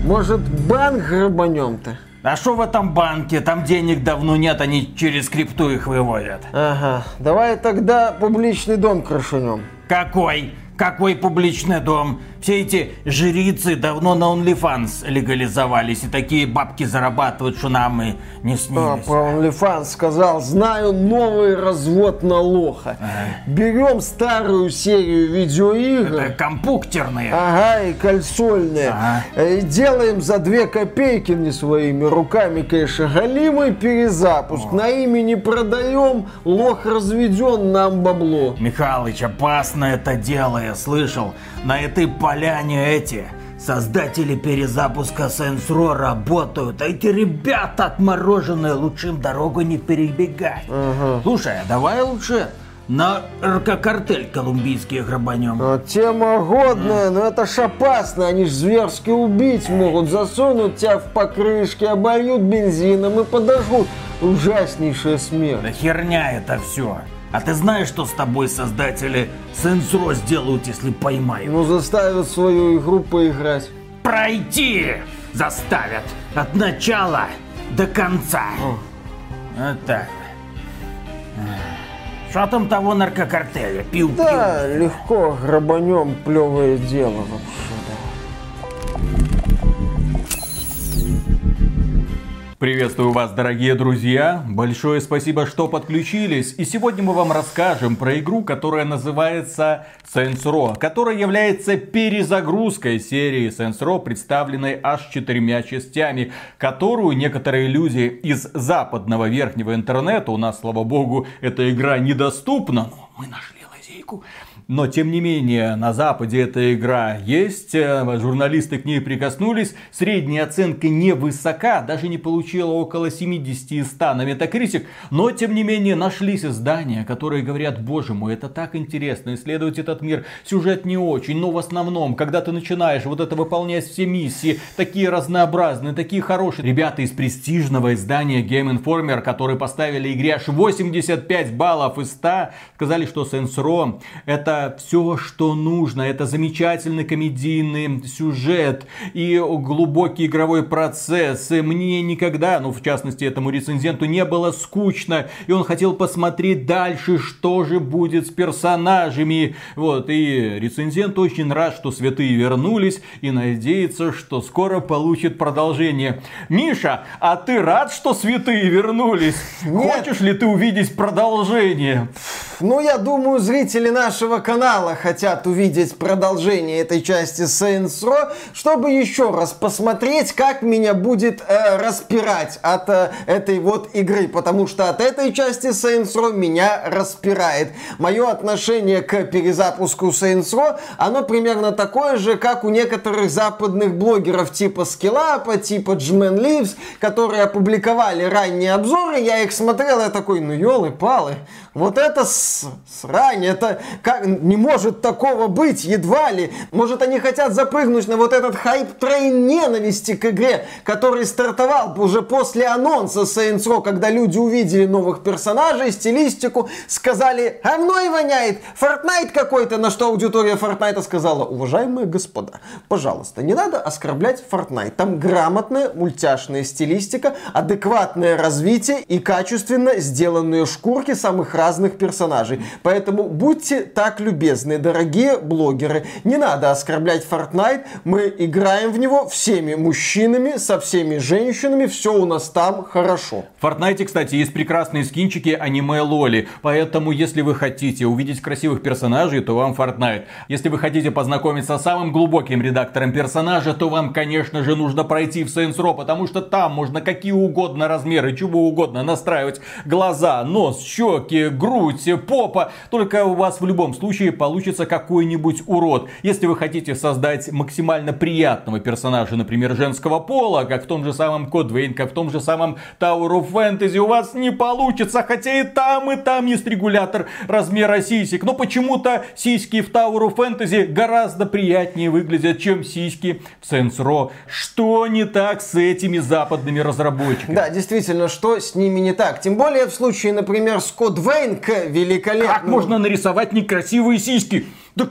Может, банк грабанем-то? А что в этом банке? Там денег давно нет, они через крипту их выводят. Ага, давай тогда публичный дом крышанем. Какой? Какой публичный дом? Все эти жрицы давно на OnlyFans легализовались и такие бабки зарабатывают, что нам и не снились. Про OnlyFans сказал, знаю новый развод на лоха. Берем старую серию видеоигр. Это компьютерные. Ага, и консольные. И делаем за 2 копейки, не своими руками, конечно, голимый перезапуск. На имени продаем, лох разведен, нам бабло. Михалыч, опасно это дело, я слышал. На этой поляне эти создатели перезапуска Saints Row работают. А эти ребята отмороженные, лучше им дорогу не перебегать. Слушай, а давай лучше на наркокартель колумбийский грабанем. Тема годная, но это ж опасно. Они ж зверски убить могут. Засунут тебя в покрышки, обольют бензином и подожгут. Ужаснейшая смерть. Да херня это все. А ты знаешь, что с тобой создатели Saints Row сделают, если поймают? Ну, заставят свою игру поиграть. Пройти заставят от начала до конца. Вот так. Что там того наркокартеля? Пил. Да, легко грабанем, плевое дело вообще, да. Приветствую вас, дорогие друзья! Большое спасибо, что подключились. И сегодня мы вам расскажем про игру, которая называется Saints Row, которая является перезагрузкой серии Saints Row, представленной аж 4 частями, которую некоторые люди из западного верхнего интернета, у нас, слава богу, эта игра недоступна, но мы нашли лазейку. Но, тем не менее, на Западе эта игра есть, журналисты к ней прикоснулись, средняя оценка невысока, даже не получила около 70 из 100 на Metacritic, но, тем не менее, нашлись издания, которые говорят, боже мой, это так интересно, исследовать этот мир, сюжет не очень, но в основном, когда ты начинаешь вот это выполнять все миссии, такие разнообразные, такие хорошие. Ребята из престижного издания Game Informer, которые поставили игре аж 85 баллов из 100, сказали, что Saints Row это все, что нужно. Это замечательный комедийный сюжет и глубокий игровой процесс. И мне никогда, ну в частности этому рецензенту, не было скучно. И он хотел посмотреть дальше, что же будет с персонажами. Вот. И рецензент очень рад, что святые вернулись и надеется, что скоро получит продолжение. Миша, а ты рад, что святые вернулись? Нет. Хочешь ли ты увидеть продолжение? Ну, я думаю, зрители нашего канала хотят увидеть продолжение этой части Saints Row, чтобы еще раз посмотреть, как меня будет распирать от этой вот игры, потому что от этой части Saints Row меня распирает. Мое отношение к перезапуску Saints Row, оно примерно такое же, как у некоторых западных блогеров типа Skillup'а, типа Jman Lives, которые опубликовали ранние обзоры, я их смотрел, я такой, ну ёлы-палы, вот это срань, это как, не может такого быть, едва ли. Может, они хотят запрыгнуть на вот этот хайп-трейн ненависти к игре, который стартовал уже после анонса Saints Row, когда люди увидели новых персонажей, стилистику, сказали, а мной воняет, Fortnite какой-то, на что аудитория Fortnite сказала, уважаемые господа, пожалуйста, не надо оскорблять Fortnite, там грамотная мультяшная стилистика, адекватное развитие и качественно сделанные шкурки самых разных персонажей. Поэтому будьте так любезны, дорогие блогеры. Не надо оскорблять Fortnite. Мы играем в него всеми мужчинами, со всеми женщинами. Все у нас там хорошо. В Fortnite, кстати, есть прекрасные скинчики аниме Лоли. Поэтому, если вы хотите увидеть красивых персонажей, то вам Fortnite. Если вы хотите познакомиться с самым глубоким редактором персонажа, то вам, конечно же, нужно пройти в Saints Row, потому что там можно какие угодно размеры, чего угодно настраивать. Глаза, нос, щеки, грудь, попа. Только у вас в любом случае получится какой-нибудь урод. Если вы хотите создать максимально приятного персонажа, например, женского пола, как в том же самом Code Vein, как в том же самом Tower of Fantasy, у вас не получится, хотя и там есть регулятор размера сисек. Но почему-то сиськи в Tower of Fantasy гораздо приятнее выглядят, чем сиськи в Saints Row. Что не так с этими западными разработчиками? Да, действительно, что с ними не так? Тем более в случае, например, с Code Vein к великолепному... Как можно нарисовать некрасивые сиськи? Да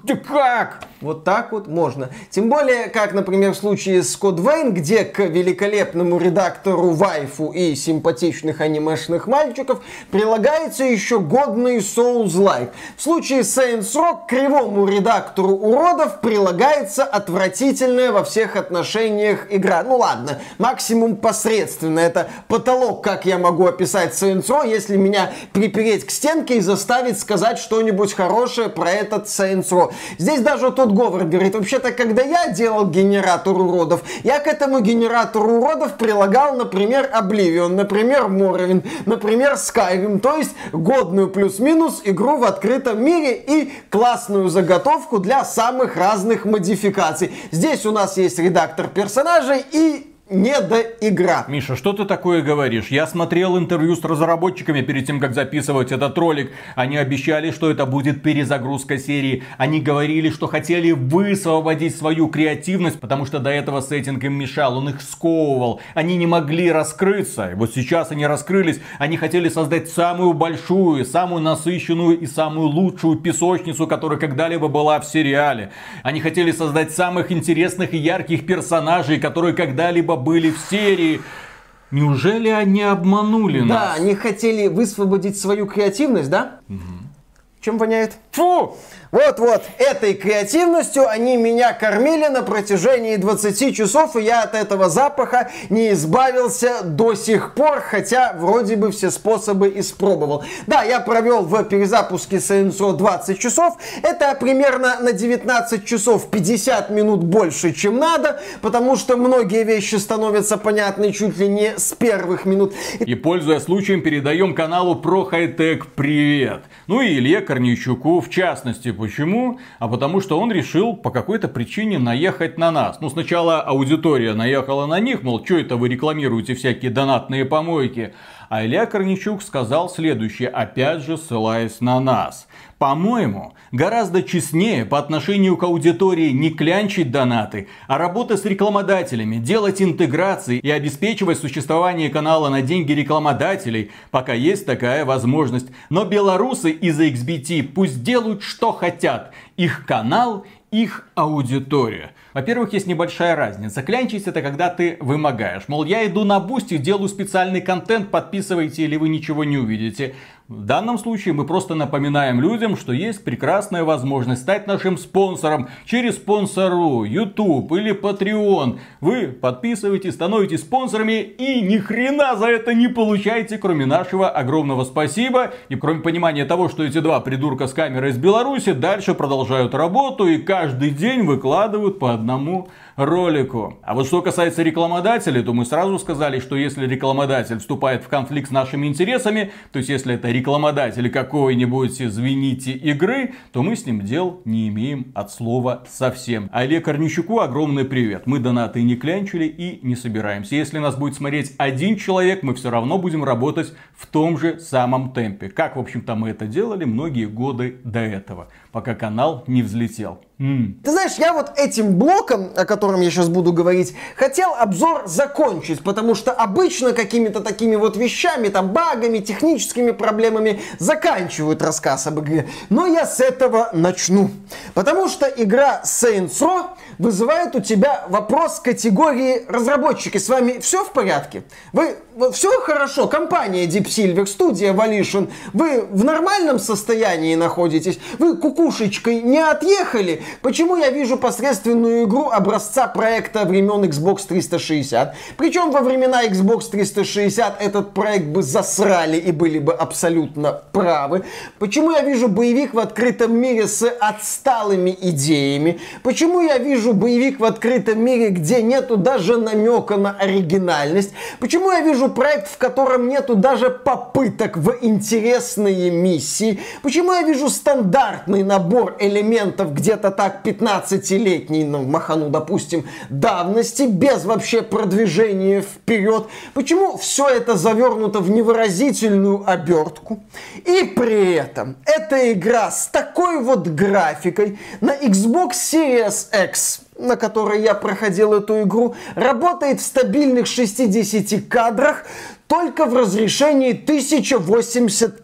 как? Вот так вот можно. Тем более, как, например, в случае с Код Вейн, где к великолепному редактору вайфу и симпатичных анимешных мальчиков прилагается еще годный Souls-like. В случае с Saints Row к кривому редактору уродов прилагается отвратительная во всех отношениях игра. Ну ладно, максимум посредственно. Это потолок, как я могу описать Saints Row, если меня припереть к стенке и заставить сказать что-нибудь хорошее про этот Saints Row. Здесь даже тот Говард говорит, вообще-то, когда я делал генератор уродов, я к этому генератору уродов прилагал, например, Oblivion, например, Morrowind, например, Skyrim, то есть годную плюс-минус игру в открытом мире и классную заготовку для самых разных модификаций. Здесь у нас есть редактор персонажей и недоигра. Миша, что ты такое говоришь? Я смотрел интервью с разработчиками перед тем, как записывать этот ролик. Они обещали, что это будет перезагрузка серии. Они говорили, что хотели высвободить свою креативность, потому что до этого сеттинг им мешал, он их сковывал. Они не могли раскрыться. И вот сейчас они раскрылись. Они хотели создать самую большую, самую насыщенную и самую лучшую песочницу, которая когда-либо была в сериале. Они хотели создать самых интересных и ярких персонажей, которые когда-либо были в серии. Неужели они обманули нас? Да, они хотели высвободить свою креативность, да? Угу. Чем воняет? Фу! Вот-вот, этой креативностью они меня кормили на протяжении 20 часов, и я от этого запаха не избавился до сих пор, хотя вроде бы все способы испробовал. Да, я провел в перезапуске Saints Row 20 часов, это примерно на 19 часов 50 минут больше, чем надо, потому что многие вещи становятся понятны чуть ли не с первых минут. И пользуясь случаем, передаем каналу Про Хай-Тек привет. Ну и Илье Корнейчуку в частности. Почему? А потому что он решил по какой-то причине наехать на нас. Ну, сначала аудитория наехала на них, мол, что это вы рекламируете всякие донатные помойки. А Илья Корнейчук сказал следующее, опять же ссылаясь на нас. По-моему, гораздо честнее по отношению к аудитории не клянчить донаты, а работать с рекламодателями, делать интеграции и обеспечивать существование канала на деньги рекламодателей, пока есть такая возможность. Но белорусы из-за XBT пусть делают что хотят. Их канал, их аудитория. Во-первых, есть небольшая разница. Клянчить — это когда ты вымогаешь. Мол, я иду на Бусти, делаю специальный контент, подписывайте, или вы ничего не увидите. В данном случае мы просто напоминаем людям, что есть прекрасная возможность стать нашим спонсором через Спонсор.ру, YouTube или Patreon. Вы подписываетесь, становитесь спонсорами и ни хрена за это не получаете, кроме нашего огромного спасибо. И кроме понимания того, что эти два придурка с камерой из Беларуси дальше продолжают работу и каждый день выкладывают по одному ролику. А вот что касается рекламодателей, то мы сразу сказали, что если рекламодатель вступает в конфликт с нашими интересами, то есть если это рекламодатель какой-нибудь, извините, игры, то мы с ним дел не имеем от слова совсем. А Илье Корнейчуку огромный привет. Мы донаты не клянчили и не собираемся. Если нас будет смотреть один человек, мы все равно будем работать в том же самом темпе. Как, в общем-то, мы это делали многие годы до этого, пока канал не взлетел. Ты знаешь, я вот этим блоком, о котором я сейчас буду говорить, хотел обзор закончить, потому что обычно какими-то такими вот вещами, там, багами, техническими проблемами заканчивают рассказ об игре. Но я с этого начну. Потому что игра Saints Row вызывает у тебя вопрос категории разработчики. С вами все в порядке? Все хорошо? Компания Deep Silver, студия Volition, вы в нормальном состоянии находитесь? Вы кукушечкой не отъехали? Почему я вижу посредственную игру образца проекта времен Xbox 360? Причем во времена Xbox 360 этот проект бы засрали и были бы абсолютно правы. Почему я вижу боевик в открытом мире с отсталыми идеями? Почему я вижу боевик в открытом мире, где нету даже намека на оригинальность? Почему я вижу проект, в котором нету даже попыток в интересные миссии? Почему я вижу стандартный набор элементов где-то так 15-летней, махану, допустим, давности, без вообще продвижения вперед? Почему все это завернуто в невыразительную обертку? И при этом эта игра с такой вот графикой на Xbox Series X, на которой я проходил эту игру, работает в стабильных 60 кадрах только в разрешении 1080p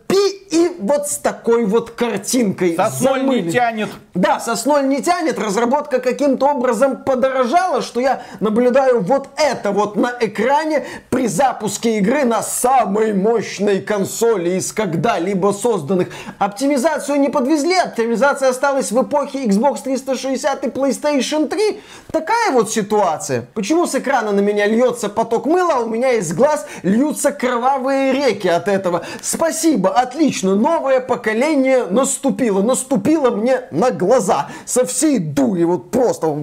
и вот с такой вот картинкой. С ноль не тянет. Да, с ноль не тянет, разработка каким-то образом подорожала, что я наблюдаю вот это вот на экране при запуске игры на самой мощной консоли из когда-либо созданных. Оптимизацию не подвезли, оптимизация осталась в эпохе Xbox 360 и PlayStation 3. Такая вот ситуация. Почему с экрана на меня льется поток мыла, а у меня из глаз льются кровавые реки от этого? Спасибо, отлично, новое поколение наступило мне на глаза со всей дури, вот просто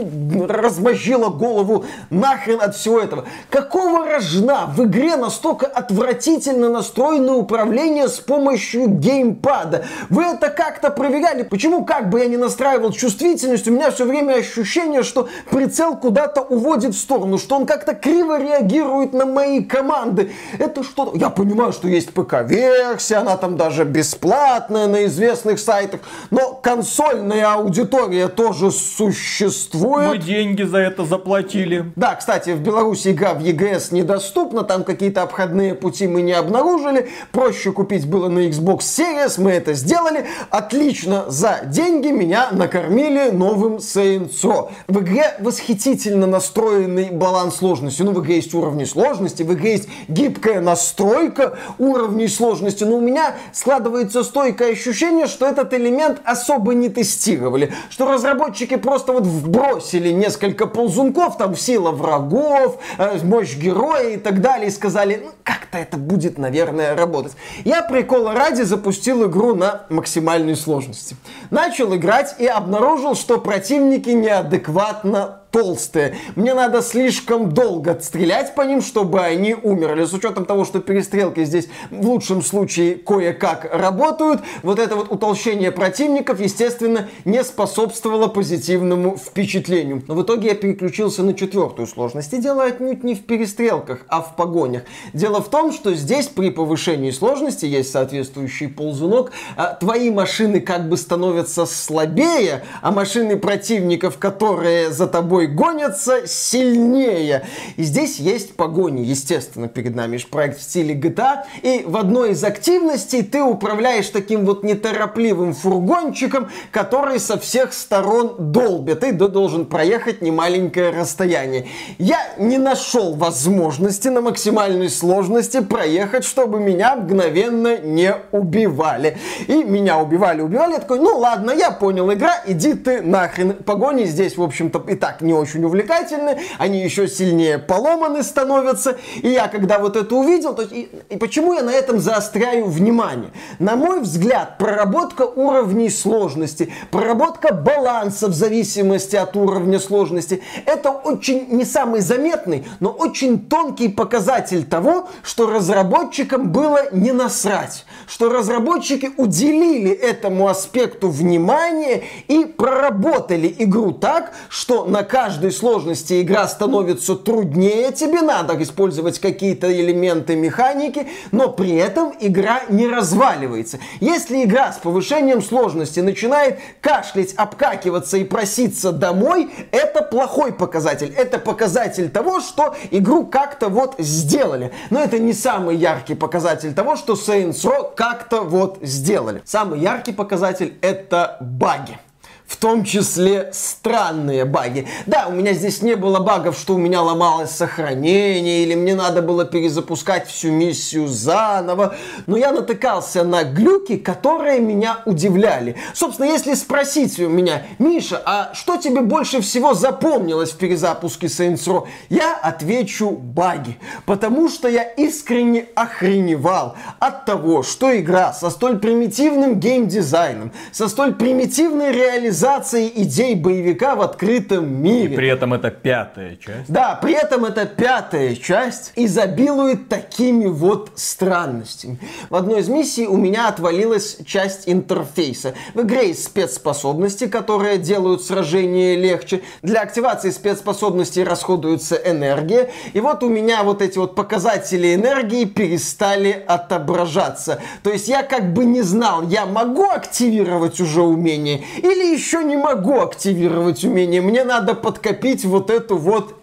размозжила голову нахрен от всего этого. Какого рожна в игре настолько отвратительно настроенное управление с помощью геймпада? Вы это как-то проверяли? Почему, как бы я ни настраивал чувствительность, у меня все время ощущение, что прицел куда-то уводит в сторону, что он как-то криво реагирует на мои команды. Это что-то... Я понимаю, что есть ПК-версия, она там даже бесплатная на известных сайтах, но консольная аудитория тоже существует. Мы деньги за это заплатили. Да, кстати, в Беларуси игра в EGS недоступна, там какие-то обходные пути мы не обнаружили, проще купить было на Xbox Series, мы это сделали, отлично, за деньги меня накормили новым Saints Row. В игре восхитительно настроенный баланс сложности, в игре есть уровни сложности, в игре есть гибкая настройка уровней сложности, но у меня складывается стойкое ощущение, что этот элемент особо не тестировали, что разработчики просто вот вбросили несколько ползунков, там сила врагов, мощь героя и так далее, и сказали, как-то это будет, наверное, работать. Я прикола ради запустил игру на максимальной сложности. Начал играть и обнаружил, что противники неадекватно толстые. Мне надо слишком долго стрелять по ним, чтобы они умерли. С учетом того, что перестрелки здесь в лучшем случае кое-как работают, вот это вот утолщение противников, естественно, не способствовало позитивному впечатлению. Но в итоге я переключился на 4-ю сложность. И дело отнюдь не в перестрелках, а в погонях. Дело в том, что здесь при повышении сложности есть соответствующий ползунок, твои машины как бы становятся слабее, а машины противников, которые за тобой гонятся, сильнее. И здесь есть погони, естественно, перед нами же проект в стиле GTA, и в одной из активностей ты управляешь таким вот неторопливым фургончиком, который со всех сторон долбит, и ты должен проехать немаленькое расстояние. Я не нашел возможности на максимальной сложности проехать, чтобы меня мгновенно не убивали. И меня убивали. Я такой, ладно, я понял, игра, иди ты нахрен. Погони здесь, в общем-то, и так не очень увлекательны, они еще сильнее поломаны становятся. И я, когда вот это увидел, и почему я на этом заостряю внимание? На мой взгляд, проработка уровней сложности, проработка баланса в зависимости от уровня сложности, это очень не самый заметный, но очень тонкий показатель того, что разработчикам было не насрать, что разработчики уделили этому аспекту внимания и проработали игру так, что на каждой сложности игра становится труднее, тебе надо использовать какие-то элементы механики, но при этом игра не разваливается. Если игра с повышением сложности начинает кашлять, обкакиваться и проситься домой, это плохой показатель. Это показатель того, что игру как-то вот сделали. Но это не самый яркий показатель того, что Saints Row как-то вот сделали. Самый яркий показатель — это баги. В том числе странные баги. Да, у меня здесь не было багов, что у меня ломалось сохранение, или мне надо было перезапускать всю миссию заново. Но я натыкался на глюки, которые меня удивляли. Собственно, если спросить у меня, Миша, а что тебе больше всего запомнилось в перезапуске Saints Row? Я отвечу баги. Потому что я искренне охреневал от того, что игра со столь примитивным геймдизайном, со столь примитивной реализацией идей боевика в открытом мире. И при этом это 5-я часть. Да, при этом эта 5-я часть изобилует такими вот странностями. В одной из миссий у меня отвалилась часть интерфейса. В игре есть спецспособности, которые делают сражение легче. Для активации спецспособностей расходуется энергия. И вот у меня вот эти вот показатели энергии перестали отображаться. То есть я как бы не знал, я могу активировать уже умение или еще не могу активировать умение. Мне надо подкопить вот эту вот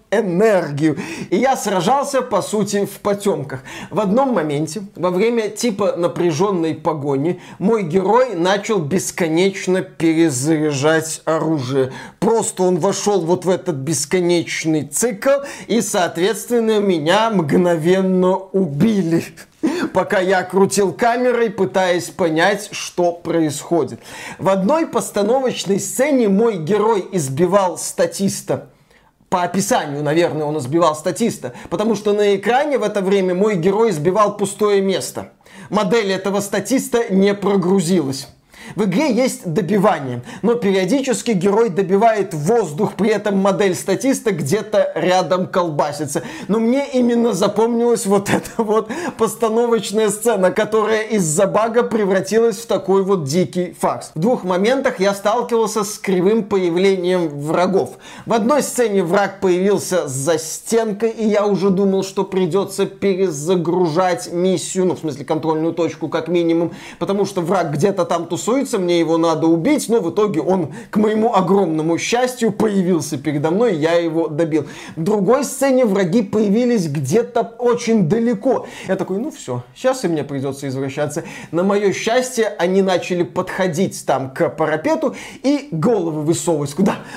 энергию. И я сражался, по сути, в потемках. В одном моменте, во время типа напряженной погони, мой герой начал бесконечно перезаряжать оружие. Просто он вошел вот в этот бесконечный цикл, и, соответственно, меня мгновенно убили. Пока я крутил камерой, пытаясь понять, что происходит. В одной постановочной сцене мой герой избивал статиста. По описанию, наверное, он избивал статиста. Потому что на экране в это время мой герой избивал пустое место. Модель этого статиста не прогрузилась. В игре есть добивание, но периодически герой добивает воздух, при этом модель статиста где-то рядом колбасится. Но мне именно запомнилась вот эта вот постановочная сцена, которая из-за бага превратилась в такой вот дикий фарс. В двух моментах я сталкивался с кривым появлением врагов. В одной сцене враг появился за стенкой, и я уже думал, что придется перезагружать миссию, ну, в смысле, контрольную точку как минимум, потому что враг где-то там тусуется, мне его надо убить, но в итоге он, к моему огромному счастью, появился передо мной, и я его добил. В другой сцене враги появились где-то очень далеко. Я такой, ну все, сейчас и мне придется извращаться. На мое счастье, они начали подходить там к парапету и головы высовывать.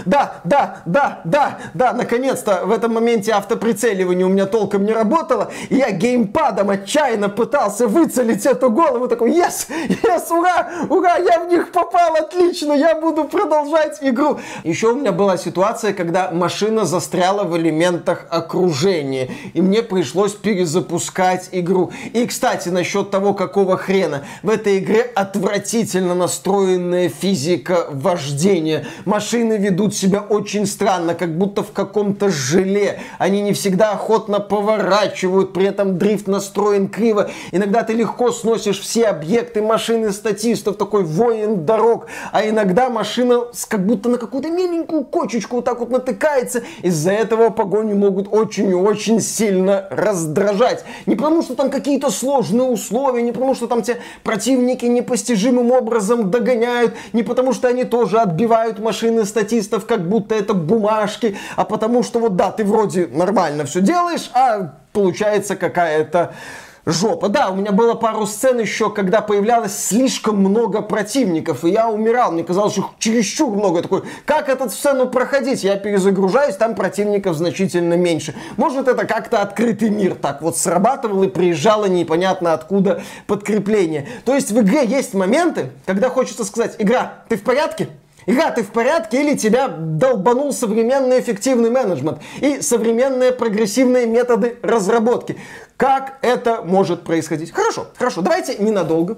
Да, наконец-то в этом моменте автоприцеливание у меня толком не работало, и я геймпадом отчаянно пытался выцелить эту голову. Такой, yes, ура, я в них попал, отлично, я буду продолжать игру. Еще у меня была ситуация, когда машина застряла в элементах окружения, и мне пришлось перезапускать игру. И, кстати, насчет того, какого хрена. В этой игре отвратительно настроенная физика вождения. Машины ведут себя очень странно, как будто в каком-то желе. Они не всегда охотно поворачивают, при этом дрифт настроен криво. Иногда ты легко сносишь все объекты машины статистов, такой воин дорог, а иногда машина как будто на какую-то миленькую кочечку вот так вот натыкается. Из-за этого погоню могут очень и очень сильно раздражать. Не потому, что там какие-то сложные условия, не потому, что там те противники непостижимым образом догоняют, не потому, что они тоже отбивают машины статистов, как будто это бумажки, а потому, что вот да, ты вроде нормально все делаешь, а получается какая-то жопа. Да, у меня было пару сцен еще, когда появлялось слишком много противников, и я умирал. Мне казалось, что чересчур много. Я такой, как эту сцену проходить? Я перезагружаюсь, там противников значительно меньше. Может, это как-то открытый мир так вот срабатывал, и приезжало непонятно откуда подкрепление. То есть в игре есть моменты, когда хочется сказать, игра, ты в порядке? Игра, ты в порядке, или тебя долбанул современный эффективный менеджмент и современные прогрессивные методы разработки? Как это может происходить? Хорошо, давайте ненадолго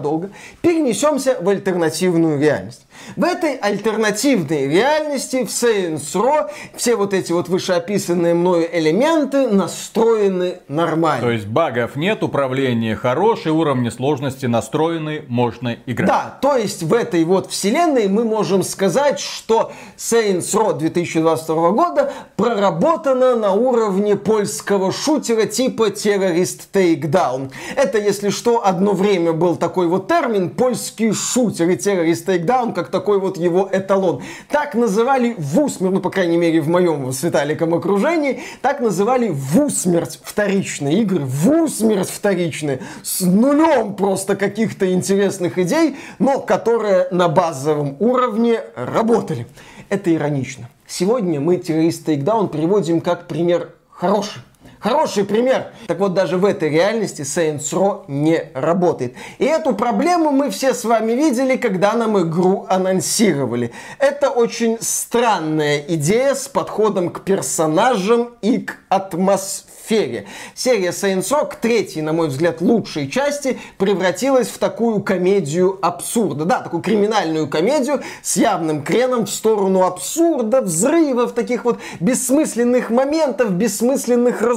перенесемся в альтернативную реальность. В этой альтернативной реальности в Saints Row все вот эти вот вышеописанные мною элементы настроены нормально. То есть багов нет, управление хорошее, уровни сложности настроены, можно играть. Да, то есть в этой вот вселенной мы можем сказать, что Saints Row 2022 года проработана на уровне польского шутера типа Terrorist Takedown. Это, если что, одно время был такой вот термин польский шутер, и Terrorist Takedown как такой вот его эталон. Так называли в усмерть, ну, по крайней мере, в моем с Виталиком окружении, так называли в усмерть вторичные игры, в усмерть вторичные, с нулем просто каких-то интересных идей, но которые на базовом уровне работали. Это иронично. Сегодня мы Terrorist Takedown приводим как пример хороший. Хороший пример. Так вот, даже в этой реальности Saints Row не работает. И эту проблему мы все с вами видели, когда нам игру анонсировали. Это очень странная идея с подходом к персонажам и к атмосфере. Серия Saints Row к третьей, на мой взгляд, лучшей части превратилась в такую комедию абсурда. Да, такую криминальную комедию с явным креном в сторону абсурда, взрывов, таких вот бессмысленных моментов, бессмысленных разрушений.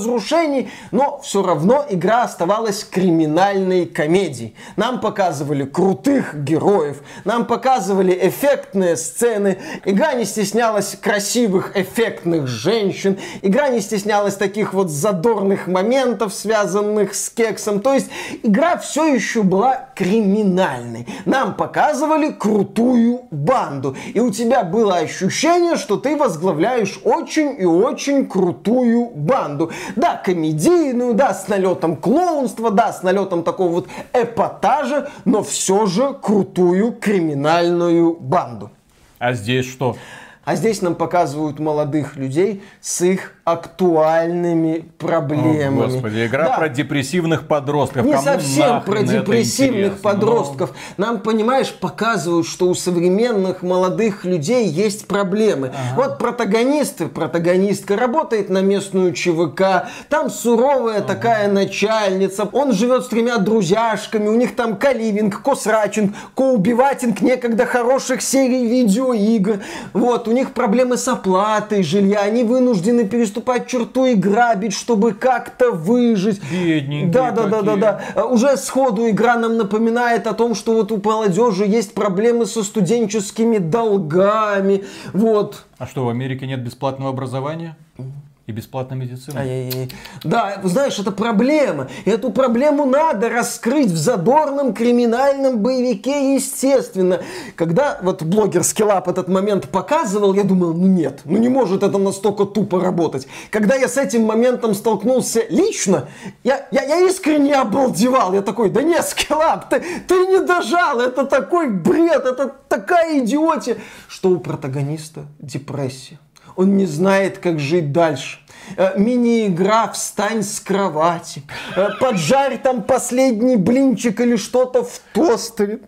разрушений, но все равно игра оставалась криминальной комедией. Нам показывали крутых героев, нам показывали эффектные сцены, игра не стеснялась красивых, эффектных женщин, игра не стеснялась таких вот задорных моментов, связанных с кексом. То есть игра все еще была криминальной. Нам показывали крутую банду. И у тебя было ощущение, что ты возглавляешь очень и очень крутую банду. Да, комедийную, да, с налетом клоунства, да, с налетом такого вот эпатажа, но все же крутую криминальную банду. А здесь что? А здесь нам показывают молодых людей с их актуальными проблемами. О, Господи, игра про депрессивных подростков. Не Кому совсем про депрессивных подростков. Но... Нам, понимаешь, показывают, что у современных молодых людей есть проблемы. Вот протагонистка работает на местную ЧВК, там суровая такая начальница, он живет с 3 друзьяшками, у них там каливинг, косрачинг, коубиватинг некогда хороших серий видеоигр. Вот, у них проблемы с оплатой жилья, они вынуждены переступать черту и грабить, чтобы как-то выжить. Бедненькие Да. Уже сходу игра нам напоминает о том, что вот у молодежи есть проблемы со студенческими долгами. Вот. А что, в Америке нет бесплатного образования? И бесплатной медицины. Да, знаешь, это проблема. И эту проблему надо раскрыть в задорном криминальном боевике, естественно. Когда вот блогер Скиллап этот момент показывал, я думал, нет, не может это настолько тупо работать. Когда я с этим моментом столкнулся лично, я искренне обалдевал. Я такой, да нет, Скиллап, ты не дожал, это такой бред, это такая идиотия, что у протагониста депрессия. Он не знает, как жить дальше. Мини-игра «Встань с кровати», поджарь там последний блинчик или что-то в тостере.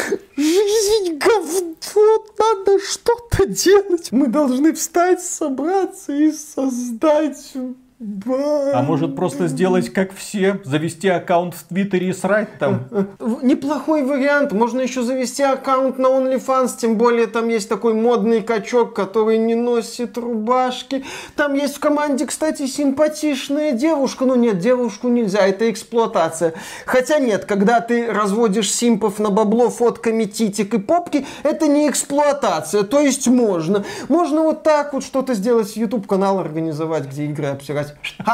Жизнь говно, надо что-то делать. Мы должны встать, собраться и создать... А может просто сделать как все, завести аккаунт в Твиттере и срать там? Неплохой вариант. Можно еще завести аккаунт на OnlyFans, тем более там есть такой модный качок, который не носит рубашки. Там есть в команде, кстати, симпатичная девушка. Ну нет, девушку нельзя, это эксплуатация. Хотя нет, когда ты разводишь симпов на бабло фотками титик и попки, это не эксплуатация, то есть можно. Можно вот так вот что-то сделать, YouTube-канал организовать, где игры обсирать.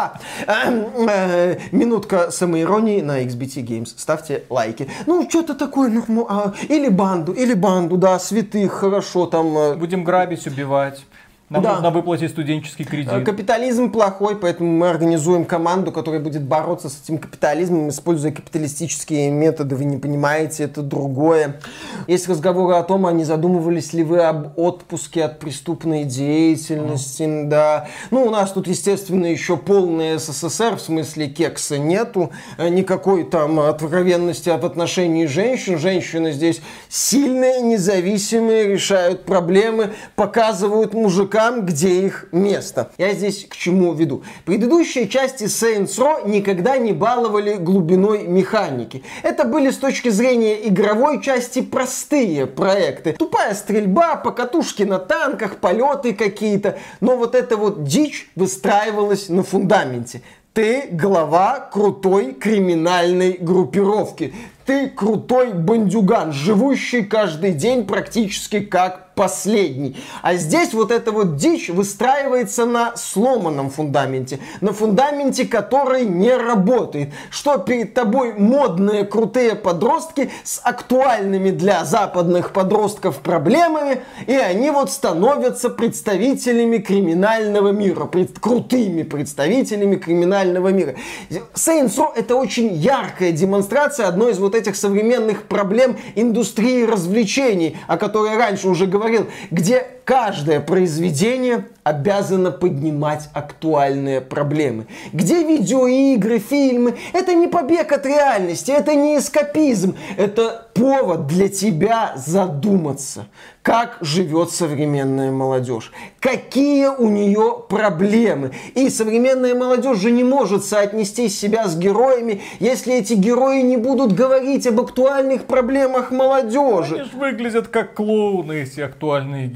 Минутка самоиронии на XBT Games. Ставьте лайки. Ну, что-то такое. Или банду, да, святых, хорошо там. Будем грабить, убивать. Нам нужно выплатить студенческий кредит. Капитализм плохой, поэтому мы организуем команду, которая будет бороться с этим капитализмом, используя капиталистические методы. Вы не понимаете, это другое. Есть разговоры о том, а не задумывались ли вы об отпуске от преступной деятельности. Да. Ну, у нас тут, естественно, еще полный СССР, в смысле кекса нету. Никакой там откровенности в отношении женщин. Женщины здесь сильные, независимые, решают проблемы, показывают мужикам, где их место. Я здесь к чему веду? Предыдущие части Saints Row никогда не баловали глубиной механики. Это были с точки зрения игровой части простые проекты. Тупая стрельба, покатушки на танках, полеты какие-то. Но вот эта вот дичь выстраивалась на фундаменте. Ты глава крутой криминальной группировки. Ты крутой бандюган, живущий каждый день практически как последний. А здесь вот эта вот дичь выстраивается на сломанном фундаменте. На фундаменте, который не работает. Что перед тобой модные крутые подростки с актуальными для западных подростков проблемами. И они вот становятся представителями криминального мира. Крутыми представителями криминального мира. Saints Row — это очень яркая демонстрация одной из вот этих современных проблем индустрии развлечений, о которой я раньше уже говорил, где каждое произведение обязано поднимать актуальные проблемы. Где видеоигры, фильмы — это не побег от реальности, это не эскапизм, это повод для тебя задуматься, как живет современная молодежь, какие у нее проблемы. И современная молодежь же не может соотнести себя с героями, если эти герои не будут говорить об актуальных проблемах молодежи. Они же выглядят как клоуны, эти актуальные герои.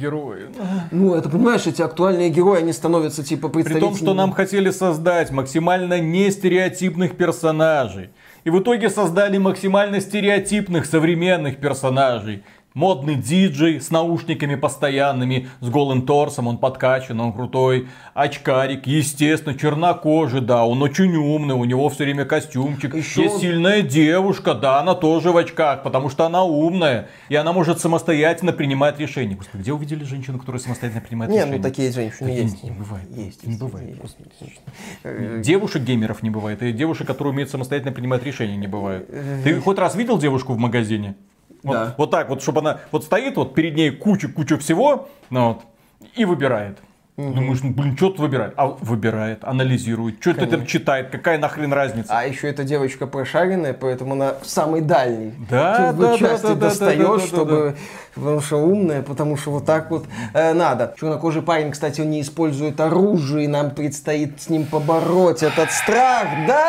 Ну, это, понимаешь, эти актуальные герои, они становятся типа При представителями... том, что нам хотели создать максимально нестереотипных персонажей. И в итоге создали максимально стереотипных современных персонажей. Модный диджей с наушниками постоянными, с голым торсом, он подкачан, он крутой. Очкарик, естественно, чернокожий, да, он очень умный, у него все время костюмчик. Есть сильная девушка, да, она тоже в очках, потому что она умная. И она может самостоятельно принимать решения. Господи, где увидели женщину, которая самостоятельно принимает решения? Не, ну такие женщины есть. Не бывает. Не бывает. Девушек-геймеров не бывает, и девушек, которые умеют самостоятельно принимать решения, не бывает. Ты хоть раз видел девушку в магазине? Да. Вот так вот, чтобы она вот стоит, вот перед ней куча всего, ну, вот, и выбирает. Думаешь, ну блин, что тут выбирает? А выбирает, анализирует, что это там читает, какая нахрен разница? А еще эта девочка прошаренная, поэтому она в самой дальней части достаешь, чтобы... Потому что умная, потому что вот так вот надо. Чернокожий парень, кстати, он не использует оружие, и нам предстоит с ним побороть этот страх.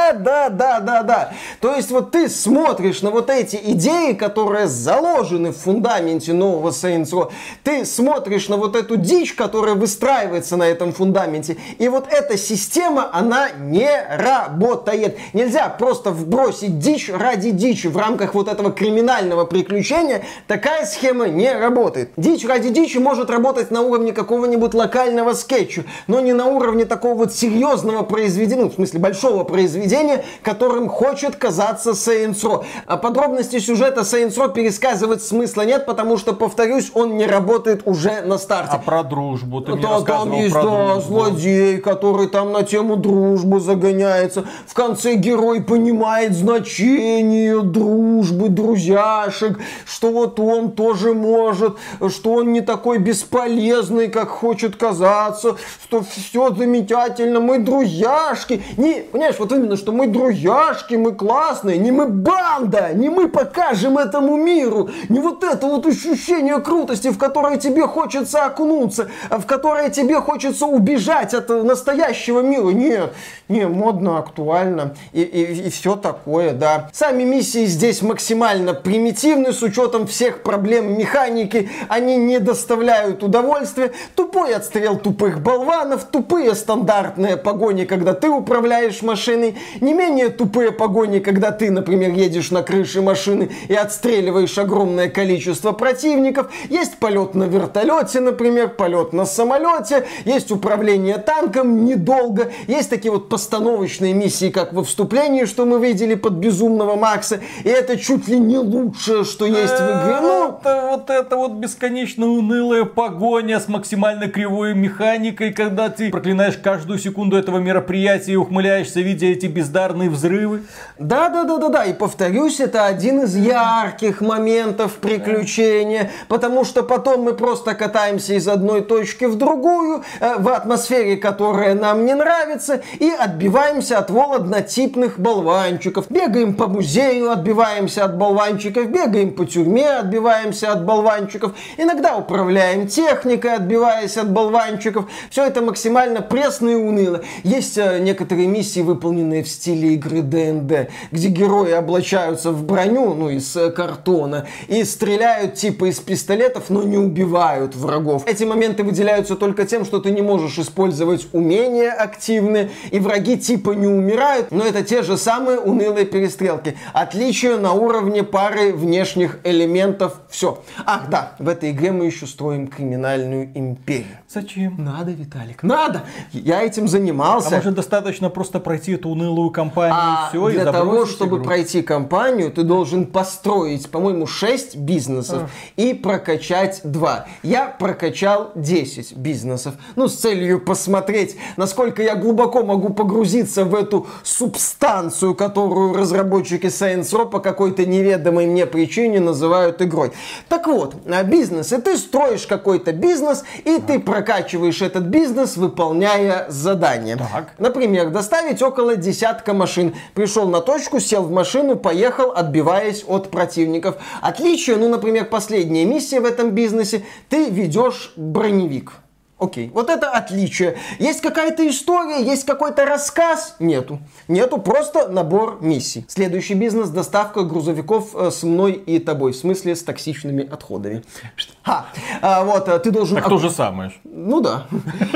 Да. То есть вот ты смотришь на вот эти идеи, которые заложены в фундаменте нового Saints Row. Ты смотришь на вот эту дичь, которая выстраивается на этом фундаменте. И вот эта система, она не работает. Нельзя просто вбросить дичь ради дичи в рамках вот этого криминального приключения. Такая схема не работает. Дичь ради дичи может работать на уровне какого-нибудь локального скетча, но не на уровне такого вот серьезного произведения, ну, в смысле большого произведения, которым хочет казаться Saints Row. А подробности сюжета Saints Row пересказывать смысла нет, потому что, повторюсь, он не работает уже на старте. А про дружбу ты мне Там рассказывал есть, про да, дружбу. злодей, который там на тему дружбы загоняется. В конце герой понимает значение дружбы, друзьяшек, что вот он тоже может, что он не такой бесполезный, как хочет казаться, что все замечательно, мы друзьяшки. Не, понимаешь, вот именно, что мы друзьяшки, мы классные, не мы банда, не мы покажем этому миру, не вот это вот ощущение крутости, в которое тебе хочется окунуться, в которое тебе хочется убежать от настоящего мира. Не, модно, актуально и все такое, да. Сами миссии здесь максимально примитивны, с учетом всех проблем механики, они не доставляют удовольствия. Тупой отстрел тупых болванов, тупые стандартные погони, когда ты управляешь машиной, не менее тупые погони, когда ты, например, едешь на крыше машины и отстреливаешь огромное количество противников. Есть полет на вертолете, например, полет на самолете, есть управление танком недолго, есть такие вот постановочные миссии, как во вступлении, что мы видели под Безумного Макса, и это чуть ли не лучшее, что есть в игре. Ну, Вот это вот бесконечно унылая погоня с максимально кривой механикой, когда ты проклинаешь каждую секунду этого мероприятия и ухмыляешься, видя эти бездарные взрывы. Да, и повторюсь, это один из ярких моментов приключения, потому что потом мы просто катаемся из одной точки в другую, в атмосфере, которая нам не нравится, и отбиваемся от однотипных болванчиков. Бегаем по музею, отбиваемся от болванчиков, бегаем по тюрьме, отбиваемся от болванчиков, иногда управляем техникой, отбиваясь от болванчиков. Все это максимально пресно и уныло. Есть некоторые миссии, выполненные в стиле игры ДНД, где герои облачаются в броню, ну, из картона, и стреляют типа из пистолетов, но не убивают врагов. Эти моменты выделяются только тем, что ты не можешь использовать умения активные, и враги типа не умирают, но это те же самые унылые перестрелки. Отличие на уровне пары внешних элементов. Все. Ах, да, в этой игре мы еще строим криминальную империю. Зачем? Надо, Виталик, надо! Я этим занимался. А может достаточно просто пройти эту унылую кампанию и все, и для забросить того, чтобы игру? пройти кампанию, ты должен построить, по-моему, 6 бизнесов и прокачать 2. Я прокачал 10 бизнесов. Ну, с целью посмотреть, насколько я глубоко могу погрузиться в эту субстанцию, которую разработчики Saints Row по какой-то неведомой мне причине называют игрой. Так вот, бизнес. И ты строишь какой-то бизнес, и ты прокачиваешь этот бизнес, выполняя задания. Так. Например, доставить около 10 машин. Пришел на точку, сел в машину, поехал, отбиваясь от противников. Отличие, ну, например, последняя миссия в этом бизнесе. Ты ведешь броневик. Окей, вот это отличие. Есть какая-то история, есть какой-то рассказ? Нету. Нету, просто набор миссий. Следующий бизнес — доставка грузовиков с мной и тобой. В смысле, с токсичными отходами. Вот, ты должен... Так то же самое. Ну да.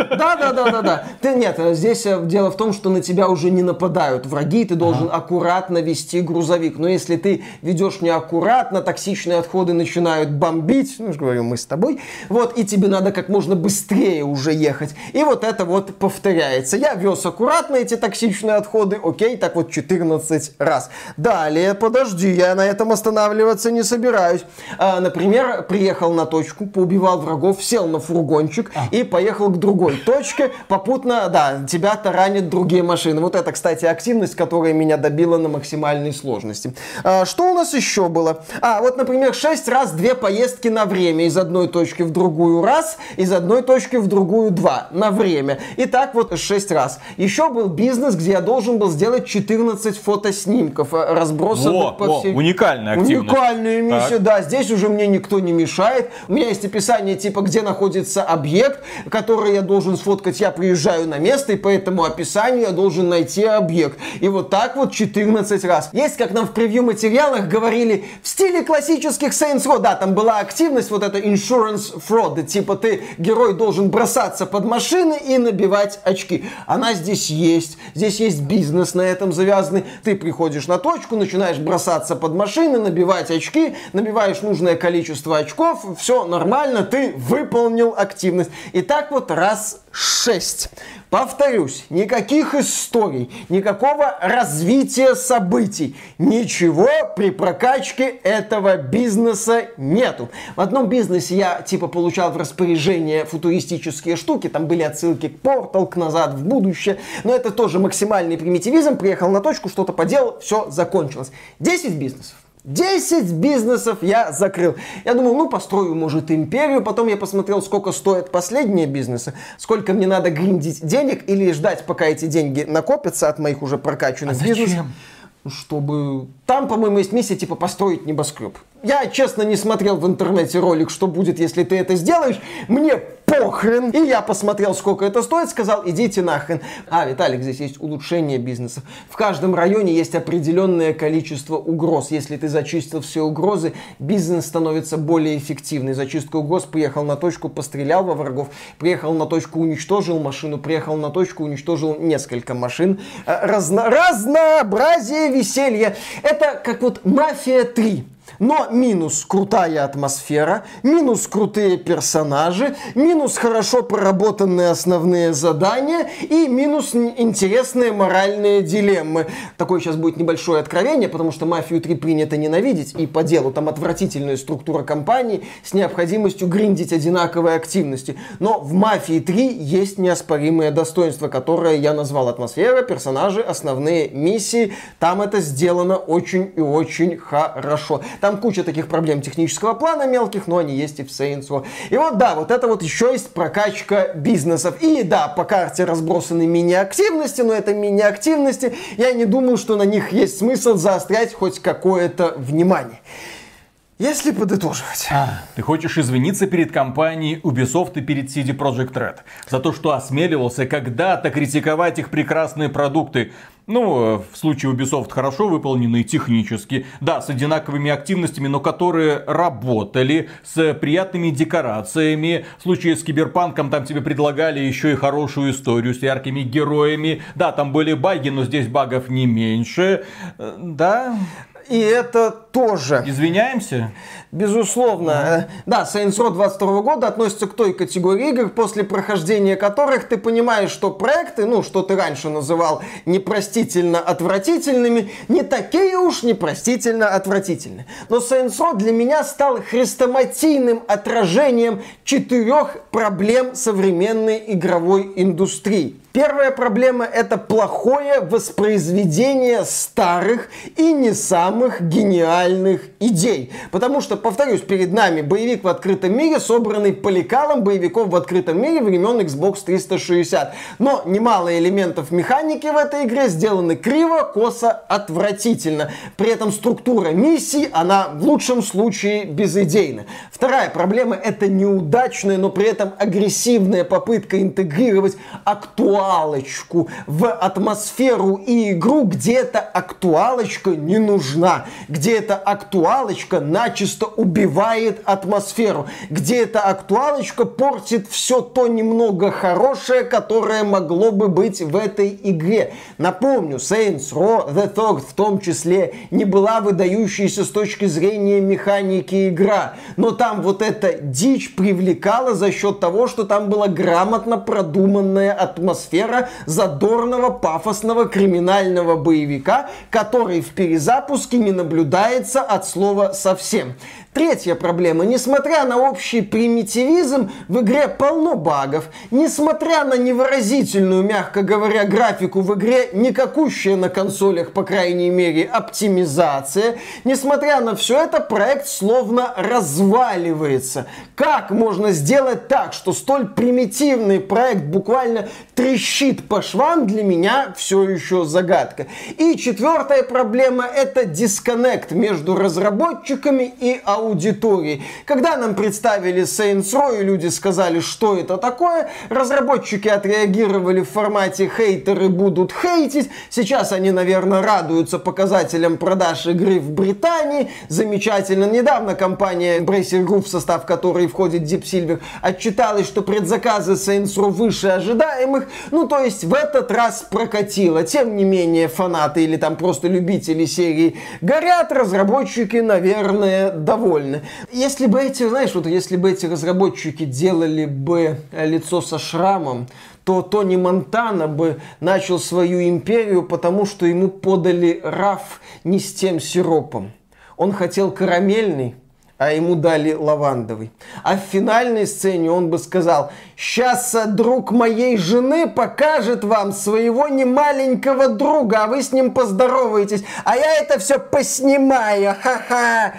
Да. Нет, здесь дело в том, что на тебя уже не нападают враги, ты должен аккуратно вести грузовик. Но если ты ведешь неаккуратно, токсичные отходы начинают бомбить, ну, говорю, мы с тобой, вот, и тебе надо как можно быстрее уже ехать. И вот это вот повторяется. Я вез аккуратно эти токсичные отходы, окей, так вот 14 раз. Далее, подожди, я на этом останавливаться не собираюсь. Например, приехал на точку, поубивал врагов, сел на фургончик и поехал к другой точке, попутно, да, тебя таранят другие машины. Вот это, кстати, активность, которая меня добила на максимальной сложности. Что у нас еще было? Вот, например, 6 раз 2 поездки на время. Из одной точки в другую раз, из одной точки в другую 2 на время. И так вот 6 раз. Еще был бизнес, где я должен был сделать 14 фотоснимков, разбросанных по всей... Уникальная активность. Уникальная миссия, да. Здесь уже мне никто не мешает. У меня есть описание, типа, где находится объект, который я должен сфоткать. Я приезжаю на место, и по этому описанию я должен найти объект. И вот так вот 14 раз. Есть, как нам в превью-материалах говорили, в стиле классических Saints Row. Да, там была активность, вот это insurance fraud. Типа ты, герой, должен бросаться под машины и набивать очки. Она здесь есть. Здесь есть бизнес на этом завязанный. Ты приходишь на точку, начинаешь бросаться под машины, набивать очки, набиваешь нужное количество очков, все нормально, ты выполнил активность. И так вот раз 6. Повторюсь, никаких историй, никакого развития событий, ничего при прокачке этого бизнеса нету. В одном бизнесе я типа получал в распоряжение футуристические штуки, там были отсылки к Портал, к Назад в будущее, но это тоже максимальный примитивизм, приехал на точку, что-то поделал, все закончилось. 10 бизнесов. 10 бизнесов я закрыл. Я думал, ну, построю, может, империю. Потом я посмотрел, сколько стоят последние бизнесы, сколько мне надо гриндить денег или ждать, пока эти деньги накопятся от моих уже прокачанных бизнесов. Чтобы... Там, по-моему, есть миссия, типа, построить небоскреб. Я, честно, не смотрел в интернете ролик, что будет, если ты это сделаешь. Мне похрен. И я посмотрел, сколько это стоит, сказал, идите нахрен. Виталик, здесь есть улучшение бизнеса. В каждом районе есть определенное количество угроз. Если ты зачистил все угрозы, бизнес становится более эффективный. Зачистка угроз, приехал на точку, пострелял во врагов, приехал на точку, уничтожил машину, приехал на точку, уничтожил несколько машин. Разнообразие, веселье. Это как вот «Мафия 3». Но минус крутая атмосфера, минус крутые персонажи, минус хорошо проработанные основные задания и минус интересные моральные дилеммы. Такое сейчас будет небольшое откровение, потому что «Мафию 3» принято ненавидеть, и по делу там отвратительная структура компании с необходимостью гриндить одинаковые активности. Но в «Мафии 3» есть неоспоримые достоинства, которые я назвал: атмосфера, персонажи, основные миссии. Там это сделано очень и очень хорошо. Там куча таких проблем технического плана мелких, но они есть и в Saints Row. И вот да, вот это вот еще есть прокачка бизнесов. И да, по карте разбросаны мини-активности, но это мини-активности. Я не думаю, что на них есть смысл заострять хоть какое-то внимание. Если подытоживать. Ты хочешь извиниться перед компанией Ubisoft и перед CD Projekt Red за то, что осмеливался когда-то критиковать их прекрасные продукты. Ну, в случае Ubisoft хорошо выполненные технически, да, с одинаковыми активностями, но которые работали, с приятными декорациями. В случае с Киберпанком там тебе предлагали еще и хорошую историю с яркими героями. Да, там были баги, но здесь багов не меньше. Да... И это тоже. Извиняемся? Безусловно. Да, Saints Row 22 года относится к той категории игр, после прохождения которых ты понимаешь, что проекты, ну, что ты раньше называл непростительно отвратительными, не такие уж непростительно отвратительны. Но Saints Row для меня стал хрестоматийным отражением 4 проблем современной игровой индустрии. Первая проблема — это плохое воспроизведение старых и не самых гениальных идей. Потому что, повторюсь, перед нами боевик в открытом мире, собранный по лекалам боевиков в открытом мире времен Xbox 360. Но немало элементов механики в этой игре сделаны криво, косо, отвратительно. При этом структура миссий, она в лучшем случае безидейна. Вторая проблема — это неудачная, но при этом агрессивная попытка интегрировать актуалочку в атмосферу и игру, где эта актуалочка не нужна, где эта актуалочка начисто убивает атмосферу, где эта актуалочка портит все то немного хорошее, которое могло бы быть в этой игре. Напомню, Saints Row The Third в том числе не была выдающейся с точки зрения механики игра, но там вот эта дичь привлекала за счет того, что там была грамотно продуманная атмосфера задорного, пафосного криминального боевика, который в перезапуске не наблюдается от слова совсем. Третья проблема. Несмотря на общий примитивизм, в игре полно багов. Несмотря на невыразительную, мягко говоря, графику, в игре никакущая на консолях, по крайней мере, оптимизация. Несмотря на все это, проект словно разваливается. Как можно сделать так, что столь примитивный проект буквально трещит по швам, для меня все еще загадка. И четвертая проблема — это дисконнект между разработчиками и аудиторией. Когда нам представили Saints Row и люди сказали, что это такое, разработчики отреагировали в формате «хейтеры будут хейтить». Сейчас они, наверное, радуются показателям продаж игры в Британии. Замечательно. Недавно компания Embracer Group, в состав которой входит Deep Silver, отчиталась, что предзаказы Saints Row выше ожидаемых. Ну, то есть в этот раз прокатило. Тем не менее, фанаты или там просто любители серии горят, разработчики, наверное, довольны. Если бы эти, знаешь, вот если бы эти разработчики делали бы лицо со шрамом, то Тони Монтана бы начал свою империю, потому что ему подали раф не с тем сиропом. Он хотел карамельный, а ему дали лавандовый. А в финальной сцене он бы сказал: «Сейчас друг моей жены покажет вам своего немаленького друга, а вы с ним поздороваетесь, а я это все поснимаю, ха-ха».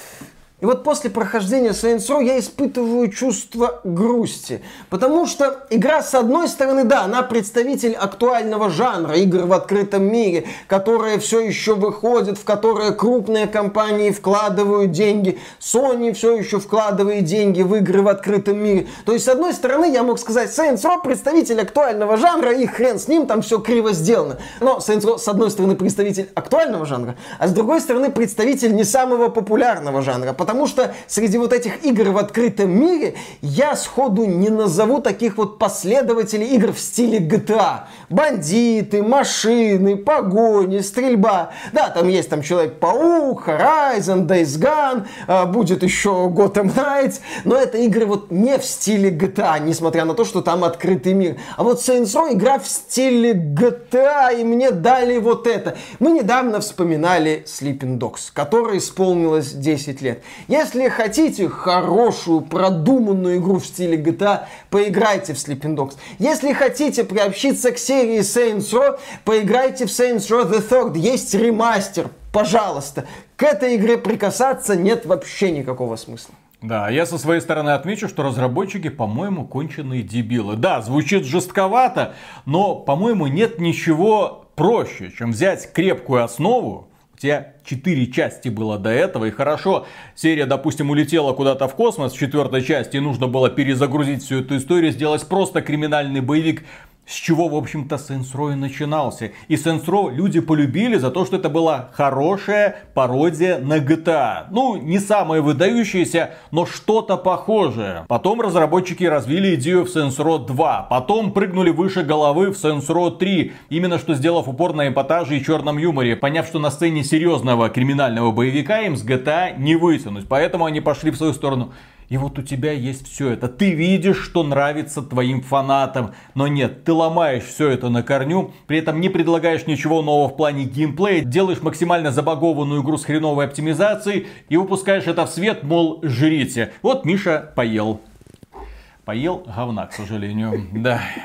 И вот после прохождения Saints Row я испытываю чувство грусти. Потому что игра, с одной стороны, да, она представитель актуального жанра, игр в открытом мире, которые все еще выходят, в которые крупные компании вкладывают деньги. Sony все еще вкладывает деньги в игры в открытом мире. То есть, с одной стороны, я мог сказать, Saints Row представитель актуального жанра, и хрен с ним, там все криво сделано. Но Saints Row, с одной стороны, представитель актуального жанра, а с другой стороны, представитель не самого популярного жанра. Потому что среди вот этих игр в открытом мире я сходу не назову таких вот последователей игр в стиле GTA. Бандиты, машины, погони, стрельба. Да, там есть там Человек-паук, Horizon, Days Gone, будет еще Gotham Knights, но это игры вот не в стиле GTA, несмотря на то, что там открытый мир. А вот Saints Row игра в стиле GTA, и мне дали вот это. Мы недавно вспоминали Sleeping Dogs, которой исполнилось 10 лет. Если хотите хорошую, продуманную игру в стиле GTA, поиграйте в Sleeping Dogs. Если хотите приобщиться к серии Saints Row, поиграйте в Saints Row The Third. Есть ремастер, пожалуйста. К этой игре прикасаться нет вообще никакого смысла. Да, я со своей стороны отмечу, что разработчики, по-моему, конченые дебилы. Да, звучит жестковато, но, по-моему, нет ничего проще, чем взять крепкую основу. У тебя 4 части было до этого, и хорошо, серия, допустим, улетела куда-то в космос в 4-й части, и нужно было перезагрузить всю эту историю, сделать просто криминальный боевик. С чего, в общем-то, Saints Row и начинался. И Saints Row люди полюбили за то, что это была хорошая пародия на GTA. Ну, не самая выдающаяся, но что-то похожее. Потом разработчики развили идею в Saints Row 2. Потом прыгнули выше головы в Saints Row 3. Именно что сделав упор на эпатаже и черном юморе. Поняв, что на сцене серьезного криминального боевика им с GTA не вытянуть. Поэтому они пошли в свою сторону. И вот у тебя есть все это. Ты видишь, что нравится твоим фанатам. Но нет, ты ломаешь все это на корню. При этом не предлагаешь ничего нового в плане геймплея. Делаешь максимально забагованную игру с хреновой оптимизацией. И выпускаешь это в свет, мол, жрите. Вот Миша поел. Поел говна, к сожалению. Да.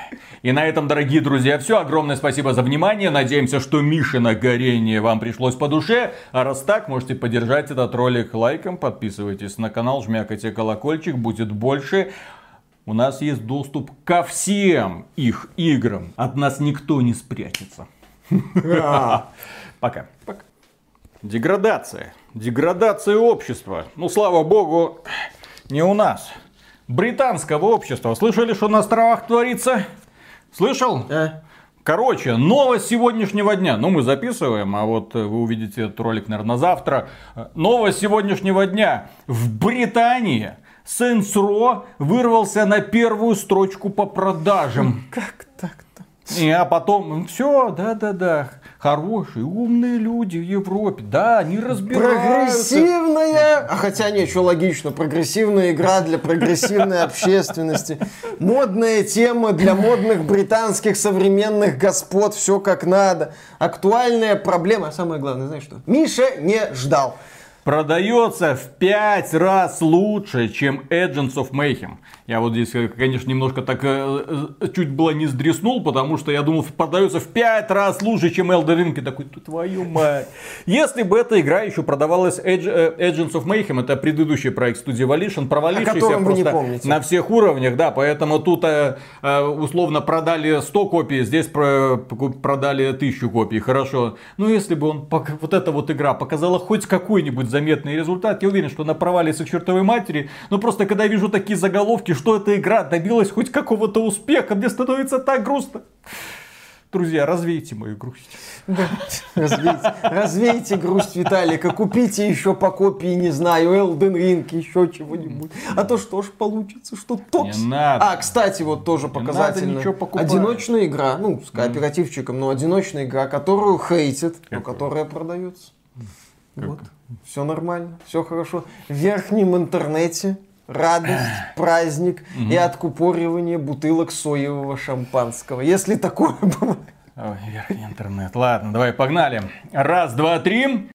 И на этом, дорогие друзья, все. Огромное спасибо за внимание. Надеемся, что Мишино горение вам пришлось по душе. А раз так, можете поддержать этот ролик лайком. Подписывайтесь на канал, жмякайте колокольчик, будет больше. У нас есть доступ ко всем их играм. От нас никто не спрячется. Пока. Деградация. Деградация общества. Ну, слава богу, не у нас. Британского общества. Слышали, что на островах творится? Слышал? Короче, новость сегодняшнего дня. Ну, мы записываем, а вот вы увидите этот ролик, наверное, завтра. Новость сегодняшнего дня. В Британии Saints Row вырвался на первую строчку по продажам. Как так-то? А потом, все, да. Хорошие, умные люди в Европе. Да, они разбираются. Прогрессивная, хотя ничего логично, прогрессивная игра для прогрессивной общественности. Модная тема для модных британских современных господ, все как надо. Актуальная проблема, а самое главное, знаешь что? Миша не ждал. Продается в 5 раз лучше, чем Agents of Mayhem. Я вот здесь, конечно, немножко так чуть было не сдреснул, потому что я думал, продается в 5 раз лучше, чем Elden Ring. И такой, твою мать. Если бы эта игра еще продавалась Agents of Mayhem, это предыдущий проект студии Volition, провалившийся просто на всех уровнях, да, поэтому тут условно продали 100 копий, здесь продали 1000 копий, хорошо. Но если бы вот эта вот игра показала хоть какой-нибудь заметный результат, я уверен, что она провалится к чертовой матери, но просто когда я вижу такие заголовки, что эта игра добилась хоть какого-то успеха, мне становится так грустно. Друзья, развейте мою грусть. Да, развейте грусть Виталика, купите еще по копии, не знаю, Elden Ring, еще чего-нибудь. А то что ж получится, что токс. Не надо. Кстати, вот тоже показательно. Одиночная игра, с кооперативчиком, но одиночная игра, которую хейтят, но которая продается. Вот, все нормально, все хорошо. В верхнем интернете радость, праздник и откупоривание бутылок соевого шампанского. Если такое бывает. Ой, верхний интернет. Ладно, давай погнали. Раз, два, три.